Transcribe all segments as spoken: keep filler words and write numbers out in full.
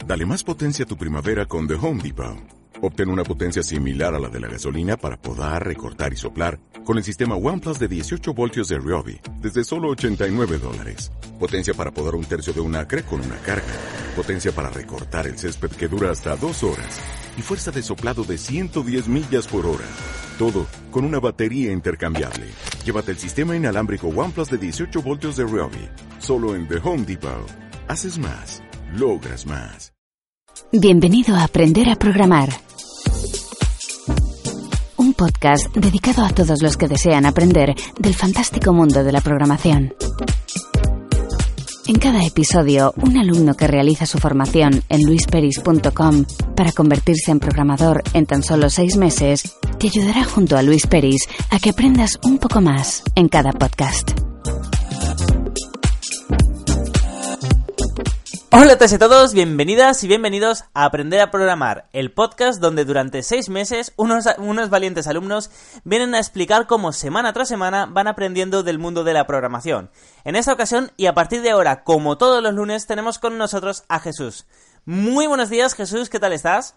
Dale más potencia a tu primavera con The Home Depot. Obtén una potencia similar a la de la gasolina para podar, recortar y soplar con el sistema OnePlus de dieciocho voltios de Ryobi desde solo ochenta y nueve dólares. Potencia para podar un tercio de un acre con una carga. Potencia para recortar el césped que dura hasta dos horas. Y fuerza de soplado de ciento diez millas por hora. Todo con una batería intercambiable. Llévate el sistema inalámbrico OnePlus de dieciocho voltios de Ryobi. Solo en The Home Depot. Haces más. Logras más. Bienvenido a Aprender a Programar. Un podcast dedicado a todos los que desean aprender del fantástico mundo de la programación. En cada episodio, un alumno que realiza su formación en luis peris punto com para convertirse en programador en tan solo seis meses, te ayudará junto a Luis Peris a que aprendas un poco más en cada podcast. Hola a todos y todos, bienvenidas y bienvenidos a Aprender a Programar, el podcast donde durante seis meses unos, unos valientes alumnos vienen a explicar cómo semana tras semana van aprendiendo del mundo de la programación. En esta ocasión y a partir de ahora, como todos los lunes, tenemos con nosotros a Jesús. Muy buenos días, Jesús, ¿qué tal estás?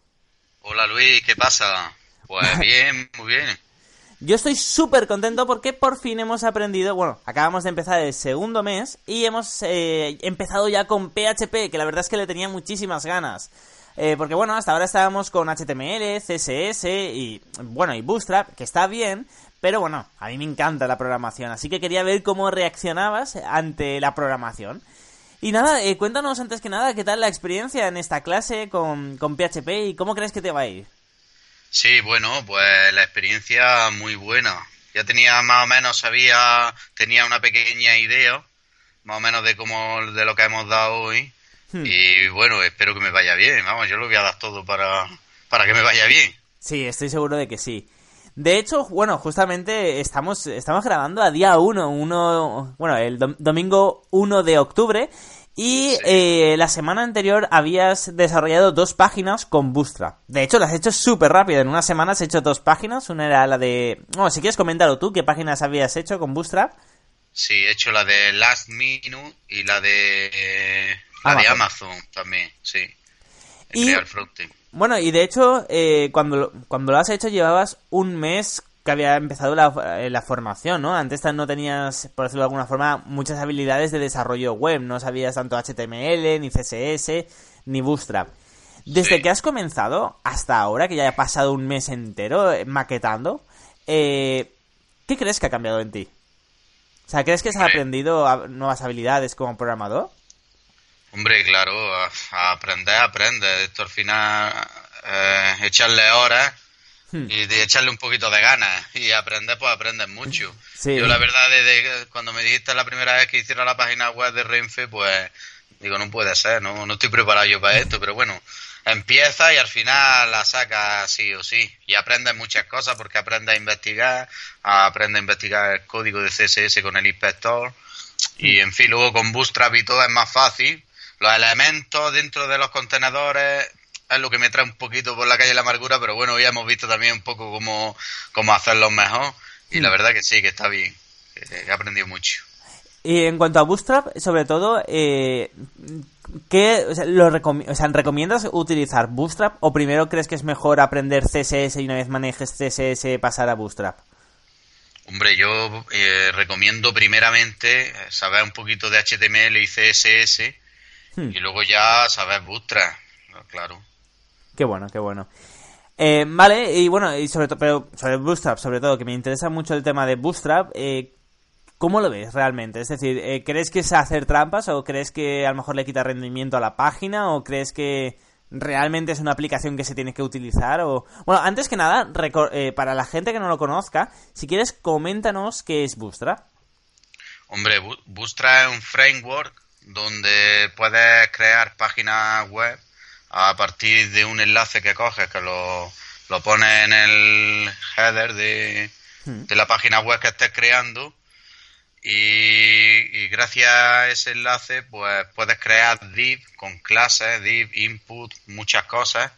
Hola Luis, ¿qué pasa? Pues bien, muy bien. Yo estoy súper contento porque por fin hemos aprendido, bueno, acabamos de empezar el segundo mes y hemos eh, empezado ya con P H P, que la verdad es que le tenía muchísimas ganas. Eh, porque bueno, hasta ahora estábamos con H T M L, C S S y, bueno, y Bootstrap, que está bien, pero bueno, a mí me encanta la programación, así que quería ver cómo reaccionabas ante la programación. Y nada, eh, cuéntanos antes que nada, ¿qué tal la experiencia en esta clase con, con P H P y cómo crees que te va a ir? Sí, bueno, pues la experiencia muy buena. Ya tenía más o menos, sabía, tenía una pequeña idea, más o menos de cómo, de lo que hemos dado hoy. Hmm. Y bueno, espero que me vaya bien. Vamos, yo lo voy a dar todo para, para que me vaya bien. Sí, estoy seguro de que sí. De hecho, bueno, justamente estamos, estamos grabando a día uno, uno, bueno, el dom- domingo uno de octubre. Y sí. eh, la semana anterior habías desarrollado dos páginas con Bootstrap. De hecho, las has hecho súper rápido. En una semana has hecho dos páginas. Una era la de... Bueno, si quieres comentarlo tú, ¿qué páginas habías hecho con Bootstrap? Sí, he hecho la de Last Minute y la de... Eh, la Amazon. de Amazon también, sí. En y, crear frontend. Bueno, y de hecho, eh, cuando, cuando lo has hecho llevabas un mes... que había empezado la, la formación, ¿no? Antes no tenías, por decirlo de alguna forma, muchas habilidades de desarrollo web. No sabías tanto H T M L, ni C S S, ni Bootstrap. Desde sí. que has comenzado hasta ahora, que ya ha pasado un mes entero maquetando, eh, ¿qué crees que ha cambiado en ti? O sea, ¿crees que has aprendido nuevas habilidades como programador? Hombre, claro, a, a aprender, aprender. Esto al final, eh, echarle horas... y de echarle un poquito de ganas y aprender, pues aprendes mucho. Sí. Yo la verdad, desde cuando me dijiste la primera vez que hiciera la página web de Renfe, pues digo, no puede ser, no, no estoy preparado yo para esto, pero bueno, empieza y al final la sacas sí o sí y aprendes muchas cosas porque aprendes a investigar, aprendes a investigar el código de C S S con el inspector y en fin, luego con Bootstrap y todo es más fácil. Los elementos dentro de los contenedores es lo que me trae un poquito por la calle de la amargura, pero bueno, ya hemos visto también un poco cómo, cómo hacerlo mejor y mm. la verdad que sí, que está bien, he aprendido mucho. Y en cuanto a Bootstrap, sobre todo, eh, ¿qué, o sea, lo recom- o sea, ¿recomiendas utilizar Bootstrap o primero crees que es mejor aprender C S S y una vez manejes C S S pasar a Bootstrap? Hombre, yo eh, recomiendo primeramente saber un poquito de H T M L y C S S hmm. y luego ya saber Bootstrap, claro. Qué bueno, qué bueno. Eh, vale, y bueno, y sobre todo, pero sobre Bootstrap, sobre todo, que me interesa mucho el tema de Bootstrap, eh, ¿cómo lo ves realmente? Es decir, eh, ¿crees que es hacer trampas o crees que a lo mejor le quita rendimiento a la página o crees que realmente es una aplicación que se tiene que utilizar? O bueno, antes que nada, recor- eh, para la gente que no lo conozca, si quieres, coméntanos qué es Bootstrap. Hombre, Bootstrap es un framework donde puedes crear páginas web a partir de un enlace que coges, que lo, lo pones en el header de, de la página web que estés creando y, y gracias a ese enlace pues puedes crear div con clases, div, input, muchas cosas,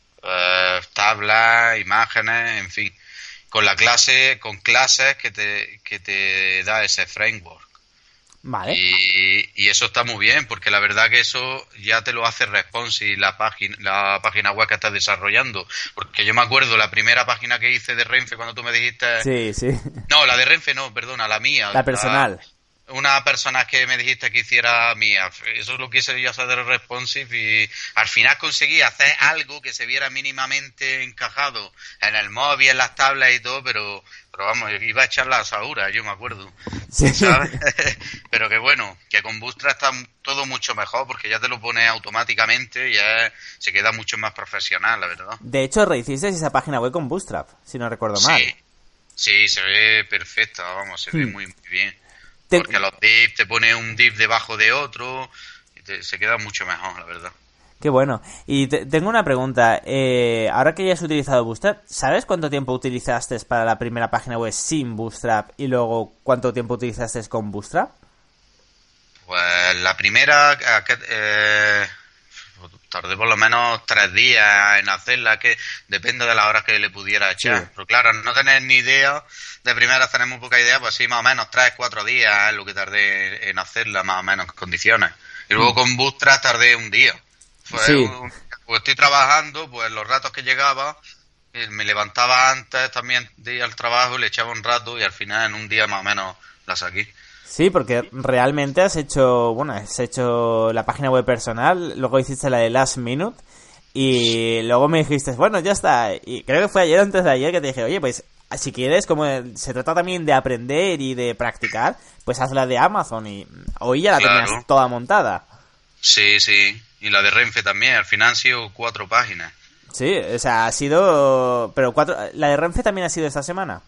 eh, tablas, imágenes, en fin, con la clase, con clases que te, que te da ese framework. Vale. Y, y eso está muy bien, porque la verdad que eso ya te lo hace responsive la página, la página web que estás desarrollando. Porque yo me acuerdo la primera página que hice de Renfe cuando tú me dijiste... Sí, sí. No, la de Renfe no, perdona, la mía. La personal. La... Una persona que me dijiste que hiciera mía. Eso es lo que hice yo hacer de responsive y al final conseguí hacer algo que se viera mínimamente encajado en el móvil, en las tablas y todo, pero, pero vamos, iba a echar la asadura, yo me acuerdo. Sí. ¿Sabes? Pero que bueno, que con Bootstrap está todo mucho mejor porque ya te lo pone automáticamente y ya se queda mucho más profesional, la verdad. De hecho, rehiciste esa página web con Bootstrap, si no recuerdo mal. Sí, sí, se ve perfecta, vamos, se ve Hmm. muy, muy bien. Te... Porque los divs te pone un div debajo de otro y te, se queda mucho mejor, la verdad. Qué bueno. Y te, tengo una pregunta. Eh, ahora que ya has utilizado Bootstrap, ¿sabes cuánto tiempo utilizaste para la primera página web sin Bootstrap y luego cuánto tiempo utilizaste con Bootstrap? Pues la primera eh, tardé por lo menos tres días en hacerla, que depende de las horas que le pudiera echar. Sí. Pero claro, no tener ni idea, de primera tener muy poca idea, pues sí, más o menos tres, cuatro días es lo que tardé en hacerla, más o menos en condiciones. Y luego con Bootstrap tardé un día. Pues, sí. un, pues estoy trabajando, pues los ratos que llegaba, me levantaba antes también de ir al trabajo, le echaba un rato y al final en un día más o menos la saqué. Sí, porque realmente has hecho, bueno, has hecho la página web personal, luego hiciste la de Last Minute y luego me dijiste, bueno, ya está. Y creo que fue ayer o antes de ayer que te dije, oye, pues si quieres, como se trata también de aprender y de practicar, pues haz la de Amazon y hoy ya la claro. tenías toda montada. Sí, sí, y la de Renfe también, al final han sido cuatro páginas. Sí, o sea, ha sido... Pero cuatro... ¿La de Renfe también ha sido esta semana?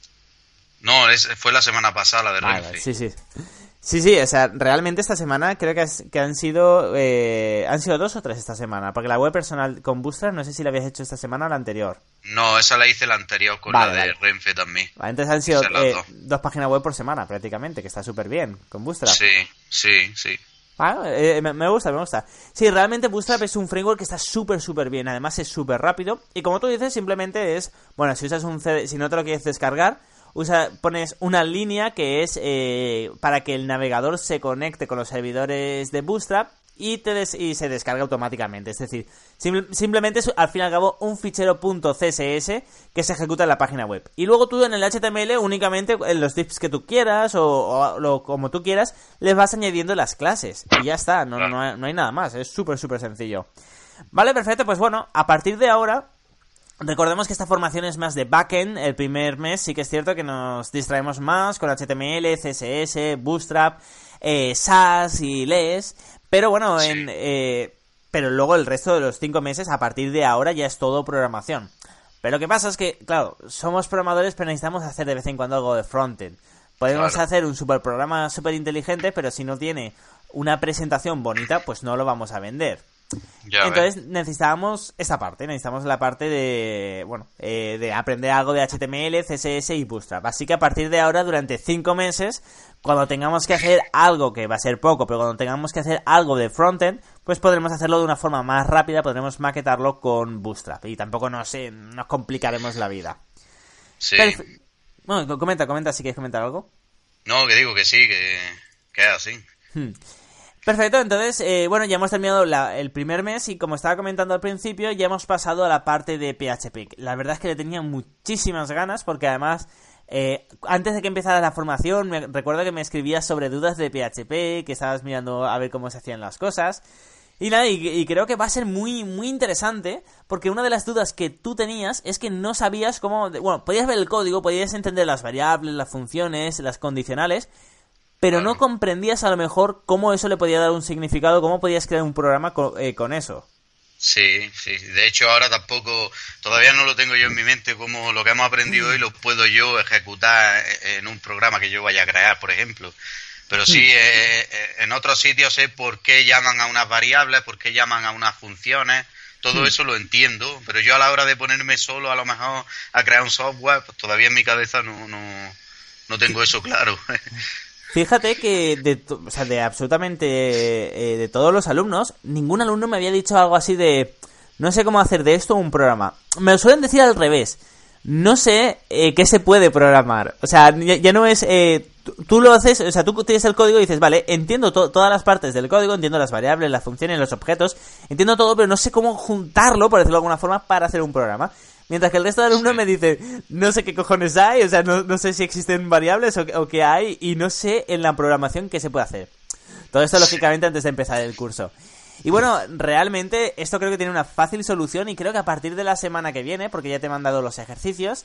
No, es, fue la semana pasada la de vale, Renfe. Sí, sí. Sí, sí, o sea, realmente esta semana creo que, es, que han sido eh, han sido dos o tres esta semana, porque la web personal con Bootstrap no sé si la habías hecho esta semana o la anterior. No, esa la hice la anterior con vale, la de vale. Renfe también. Vale, entonces han sido eh, dos. dos páginas web por semana prácticamente, que está súper bien con Bootstrap. Sí, sí, sí. Ah, eh, me, me gusta, me gusta. Sí, realmente Bootstrap es un framework que está súper, súper bien. Además es súper rápido. Y como tú dices, simplemente es... Bueno, si usas un C D, si no te lo quieres descargar, usa, pones una línea que es eh, para que el navegador se conecte con los servidores de Bootstrap y, te des, y se descarga automáticamente. Es decir, sim, simplemente es al fin y al cabo un fichero .css que se ejecuta en la página web. Y luego tú en el H T M L únicamente en los divs que tú quieras o, o lo, como tú quieras, les vas añadiendo las clases. Y ya está, no, no, hay, no hay nada más. Es súper, súper sencillo. Vale, perfecto. Pues bueno, a partir de ahora... Recordemos que esta formación es más de backend. El primer mes sí que es cierto que nos distraemos más con H T M L, C S S, Bootstrap, eh, Sass y Less. Pero bueno, sí. en, eh, pero luego el resto de los cinco meses, a partir de ahora, ya es todo programación. Pero lo que pasa es que, claro, somos programadores, pero necesitamos hacer de vez en cuando algo de frontend. Podemos claro. hacer un super programa súper inteligente, pero si no tiene una presentación bonita, pues no lo vamos a vender. Ya Entonces ves. necesitábamos esa parte, necesitamos la parte de, bueno, eh, de aprender algo de H T M L, C S S y Bootstrap. Así que a partir de ahora, durante cinco meses, cuando tengamos que hacer algo, que va a ser poco, pero cuando tengamos que hacer algo de frontend, pues podremos hacerlo de una forma más rápida, podremos maquetarlo con Bootstrap y tampoco nos, eh, nos complicaremos la vida. Sí. Perfe- bueno, comenta, comenta, si quieres comentar algo. No, que digo que sí, que, que es así. Hmm. Perfecto, entonces, eh, bueno, ya hemos terminado la, el primer mes y como estaba comentando al principio, ya hemos pasado a la parte de P H P. La verdad es que le tenía muchísimas ganas porque además, eh, antes de que empezara la formación, me, recuerdo que me escribías sobre dudas de P H P, que estabas mirando a ver cómo se hacían las cosas. Y nada, y, y creo que va a ser muy, muy interesante porque una de las dudas que tú tenías es que no sabías cómo... Bueno, podías ver el código, podías entender las variables, las funciones, las condicionales... Pero no comprendías a lo mejor cómo eso le podía dar un significado, cómo podías crear un programa con, eh, con eso. Sí, sí. De hecho, ahora tampoco, todavía no lo tengo yo en mi mente como lo que hemos aprendido hoy lo puedo yo ejecutar en un programa que yo vaya a crear, por ejemplo. Pero sí, eh, en otros sitios sé por qué llaman a unas variables, por qué llaman a unas funciones. Todo eso lo entiendo, pero yo a la hora de ponerme solo a lo mejor a crear un software, pues todavía en mi cabeza no, no, no tengo eso claro. Fíjate que de, o sea, de absolutamente eh, de todos los alumnos, ningún alumno me había dicho algo así de no sé cómo hacer de esto un programa. Me lo suelen decir al revés. No sé eh, qué se puede programar. O sea, ya, ya no es eh, tú, tú lo haces, o sea, tú tienes el código y dices, vale, entiendo to- todas las partes del código, entiendo las variables, las funciones, los objetos, entiendo todo, pero no sé cómo juntarlo, por decirlo de alguna forma, para hacer un programa. Mientras que el resto de alumnos me dicen, no sé qué cojones hay, o sea, no, no sé si existen variables o, o qué hay, y no sé en la programación qué se puede hacer. Todo esto, lógicamente, antes de empezar el curso. Y bueno, realmente esto creo que tiene una fácil solución y creo que a partir de la semana que viene, porque ya te he mandado los ejercicios,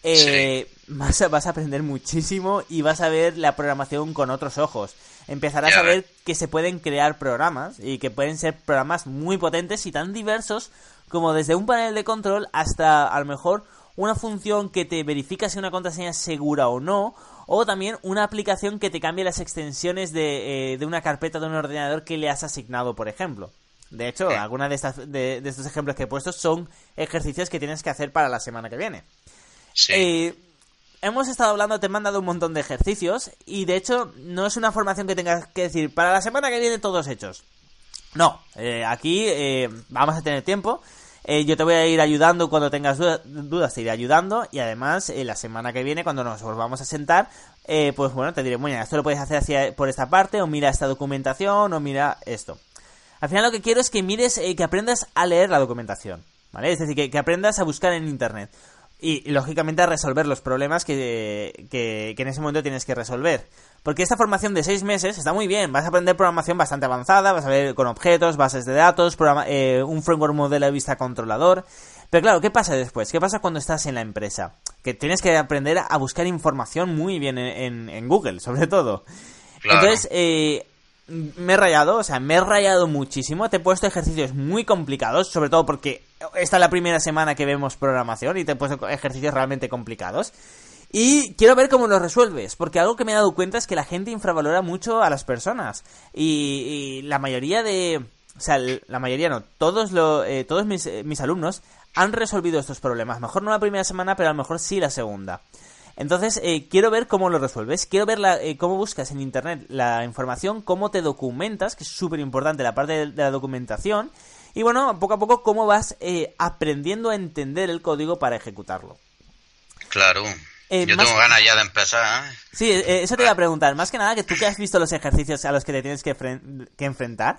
eh, sí. vas, a, vas a aprender muchísimo y vas a ver la programación con otros ojos. Empezarás yeah. a ver que se pueden crear programas y que pueden ser programas muy potentes y tan diversos como desde un panel de control hasta a lo mejor una función que te verifica si una contraseña es segura o no, o también una aplicación que te cambie las extensiones de, eh, de una carpeta de un ordenador que le has asignado, por ejemplo. De hecho, sí. algunas de, estas, de, de estos ejemplos que he puesto son ejercicios que tienes que hacer para la semana que viene. Sí. Eh, hemos estado hablando, te he mandado un montón de ejercicios y de hecho no es una formación que tengas que decir, para la semana que viene todos hechos. No, eh, aquí eh, vamos a tener tiempo. Eh, yo te voy a ir ayudando cuando tengas dudas, dudas te iré ayudando y además eh, la semana que viene cuando nos volvamos a sentar, eh, pues bueno, te diré, bueno, esto lo puedes hacer hacia, por esta parte o mira esta documentación o mira esto. Al final lo que quiero es que mires, eh, que aprendas a leer la documentación, ¿vale? Es decir, que, que aprendas a buscar en internet y, y lógicamente a resolver los problemas que, que, que en ese momento tienes que resolver. Porque esta formación de seis meses está muy bien, vas a aprender programación bastante avanzada, vas a ver con objetos, bases de datos, programa, eh, un framework modelo de vista controlador. Pero claro, ¿qué pasa después? ¿Qué pasa cuando estás en la empresa? Que tienes que aprender a buscar información muy bien en, en, en Google, sobre todo. Claro. Entonces, eh, me he rayado, o sea, me he rayado muchísimo, te he puesto ejercicios muy complicados, sobre todo porque esta es la primera semana que vemos programación y te he puesto ejercicios realmente complicados. Y quiero ver cómo lo resuelves, porque algo que me he dado cuenta es que la gente infravalora mucho a las personas. Y, y la mayoría de... O sea, la mayoría no, todos, lo, eh, todos mis, eh, mis alumnos han resolvido estos problemas. Mejor no la primera semana, pero a lo mejor sí la segunda. Entonces, eh, quiero ver cómo lo resuelves. Quiero ver la, eh, cómo buscas en internet la información, cómo te documentas, que es súper importante la parte de, de la documentación. Y bueno, poco a poco, cómo vas eh, aprendiendo a entender el código para ejecutarlo. Claro. Eh, Yo más... tengo ganas ya de empezar, ¿eh? Sí, eh, eso te iba a preguntar. Más que nada, que tú que has visto los ejercicios a los que te tienes que, fre- que enfrentar,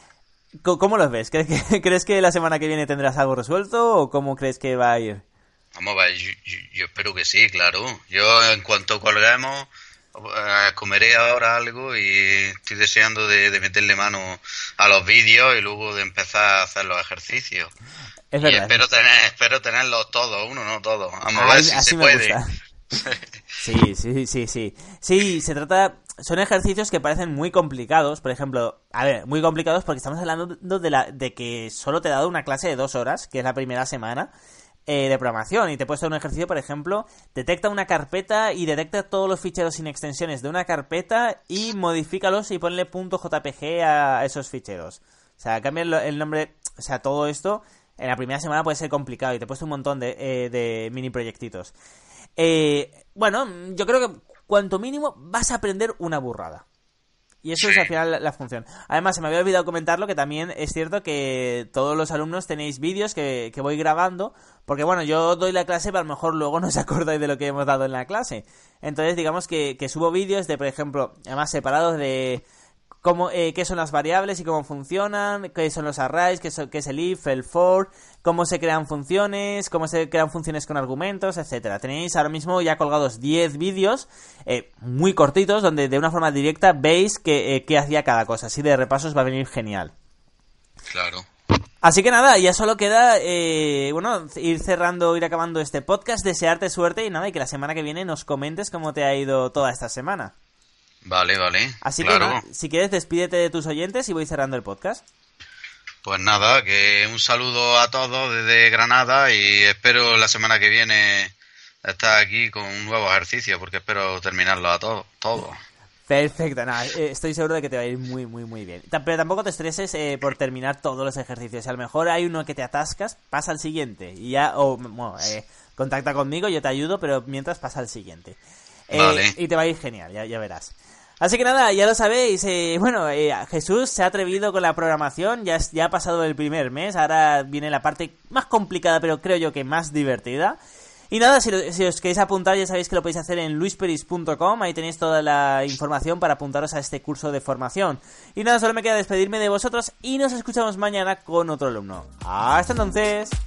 ¿cómo los ves? ¿Crees que, ¿Crees que la semana que viene tendrás algo resuelto o cómo crees que va a ir? Vamos a ver, yo, yo, yo espero que sí, claro. Yo en cuanto colguemos, eh, comeré ahora algo y estoy deseando de, de meterle mano a los vídeos y luego de empezar a hacer los ejercicios. Es verdad. Y espero, tener, espero tenerlos todos, uno no todos. Vamos a ver si se puede. Sí, sí, sí, sí. Sí, se trata... Son ejercicios que parecen muy complicados. Por ejemplo, a ver, muy complicados porque estamos hablando de, la, de que solo te he dado una clase de dos horas, que es la primera semana eh, de programación. Y te he puesto un ejercicio, por ejemplo, detecta una carpeta y detecta todos los ficheros sin extensiones de una carpeta y modifícalos y ponle .jpg a esos ficheros. O sea, cambia el, el nombre... O sea, todo esto en la primera semana puede ser complicado y te he puesto un montón de, eh, de mini proyectitos. Eh, bueno, yo creo que cuanto mínimo vas a aprender una burrada. Y eso es al final la, la función. Además, se me había olvidado comentarlo, que también es cierto que todos los alumnos tenéis vídeos que, que voy grabando. Porque bueno, yo doy la clase, pero a lo mejor luego no os acordáis de lo que hemos dado en la clase. Entonces, digamos que, que subo vídeos de, por ejemplo, además separados de... Cómo, eh, qué son las variables y cómo funcionan, qué son los arrays, qué, son, qué es el if, el for, cómo se crean funciones, cómo se crean funciones con argumentos, etcétera. Tenéis ahora mismo ya colgados diez vídeos eh, muy cortitos donde de una forma directa veis qué eh, qué hacía cada cosa. Así de repasos va a venir genial. Claro. Así que nada, ya solo queda eh, bueno, ir cerrando, ir acabando este podcast, desearte suerte y nada, y que la semana que viene nos comentes cómo te ha ido toda esta semana. Vale, vale. Así claro. que nada, si quieres despídete de tus oyentes y voy cerrando el podcast. Pues nada, que un saludo a todos desde Granada y espero la semana que viene estar aquí con un nuevo ejercicio porque espero terminarlo a todos. Todo. Perfecto, nada, estoy seguro de que te va a ir muy, muy, muy bien. Pero tampoco te estreses eh, por terminar todos los ejercicios. A lo mejor hay uno que te atascas, pasa al siguiente. Y ya, o bueno, eh, contacta conmigo, yo te ayudo, pero mientras pasa al siguiente. Eh, vale. Y te va a ir genial, ya, ya verás. Así que nada, ya lo sabéis, eh, bueno, eh, Jesús se ha atrevido con la programación, ya, ya ha pasado el primer mes, ahora viene la parte más complicada, pero creo yo que más divertida. Y nada, si, lo, si os queréis apuntar ya sabéis que lo podéis hacer en luis peris punto com, ahí tenéis toda la información para apuntaros a este curso de formación. Y nada, solo me queda despedirme de vosotros y nos escuchamos mañana con otro alumno. ¡Hasta entonces!